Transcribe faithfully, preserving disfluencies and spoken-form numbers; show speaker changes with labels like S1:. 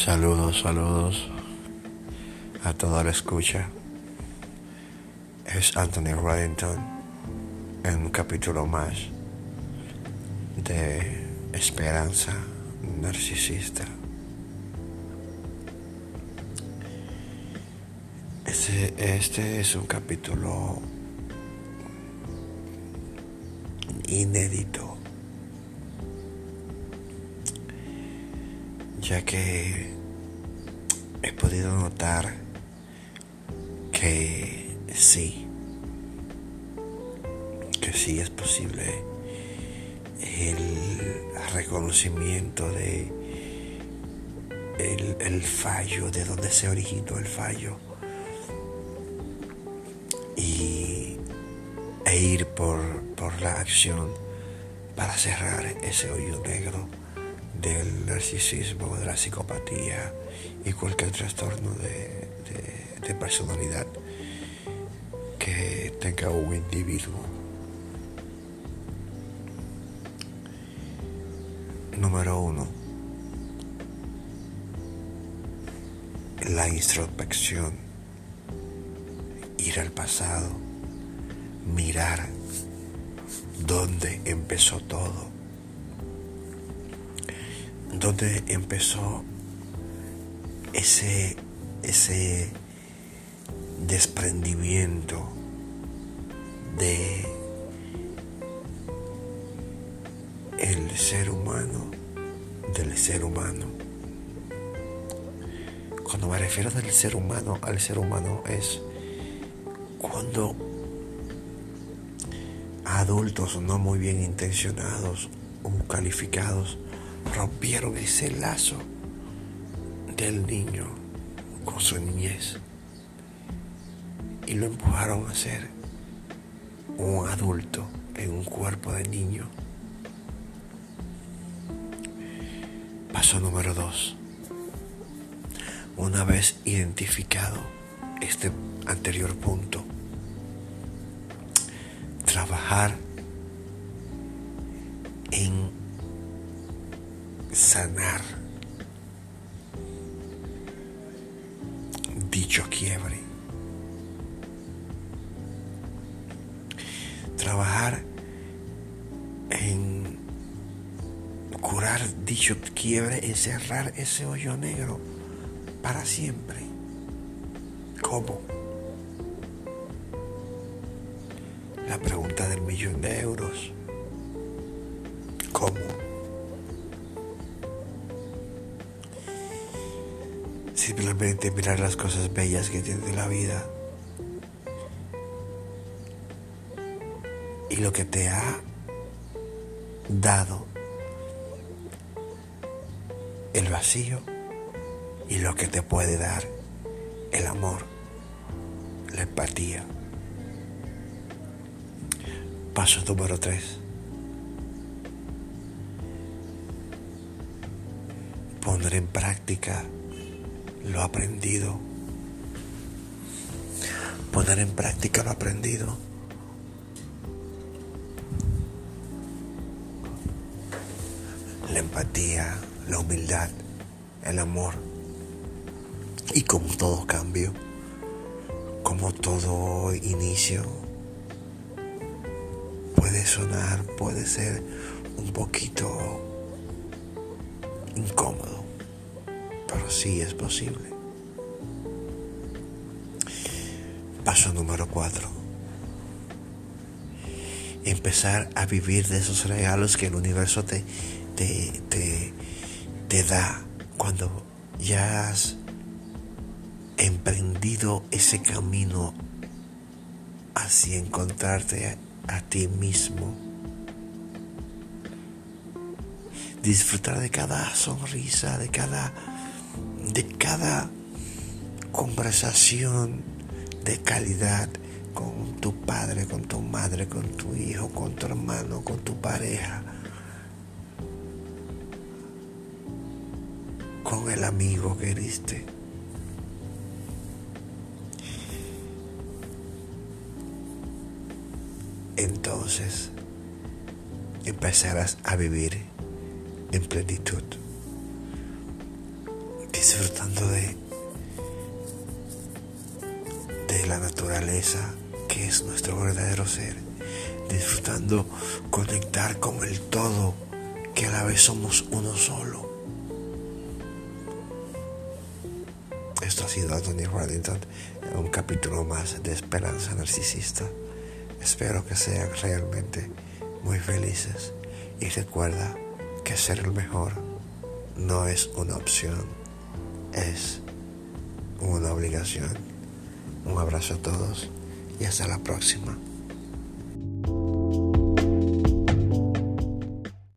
S1: Saludos, saludos a toda la escucha. Es Anthony Reddington en un capítulo más de Esperanza Narcisista. Este, este es un capítulo inédito, ya que he podido notar que sí, que sí es posible el reconocimiento de el, el fallo, de dónde se originó el fallo, y e ir por, por la acción para cerrar ese hoyo negro del narcisismo, de la psicopatía y cualquier trastorno de, de, de personalidad que tenga un individuo. Número uno, la introspección, ir al pasado, mirar dónde empezó todo. Donde empezó ese, ese desprendimiento de el ser humano, del ser humano. Cuando me refiero del ser humano al ser humano es cuando adultos no muy bien intencionados o calificados rompieron ese lazo del niño con su niñez y lo empujaron a ser un adulto en un cuerpo de niño. Paso número dos. Una vez identificado este anterior punto, trabajar en sanar dicho quiebre, trabajar en curar dicho quiebre, en cerrar ese hoyo negro para siempre. ¿Cómo? La pregunta del millón de euros. ¿Cómo? Simplemente mirar las cosas bellas que tiene la vida y lo que te ha dado el vacío y lo que te puede dar el amor, la empatía. Paso número tres. Poner en práctica lo aprendido. Poner en práctica lo aprendido. La empatía, la humildad, el amor. Y como todo cambio, como todo inicio, puede sonar, puede ser un poquito incómodo, pero sí es posible. Paso número cuatro. Empezar a vivir de esos regalos que el universo te, te, te, te da cuando ya has emprendido ese camino hacia encontrarte a, a ti mismo. Disfrutar de cada sonrisa, de cada, de cada conversación de calidad con tu padre, con tu madre, con tu hijo, con tu hermano, con tu pareja, con el amigo que heriste. Entonces empezarás a vivir en plenitud, disfrutando de, de la naturaleza que es nuestro verdadero ser, disfrutando conectar con el todo, que a la vez somos uno solo. Esto ha sido Anthony Reddington en un capítulo más de Esperanza Narcisista. Espero que sean realmente muy felices y recuerda que ser el mejor no es una opción, es una obligación. Un abrazo a todos y hasta la próxima.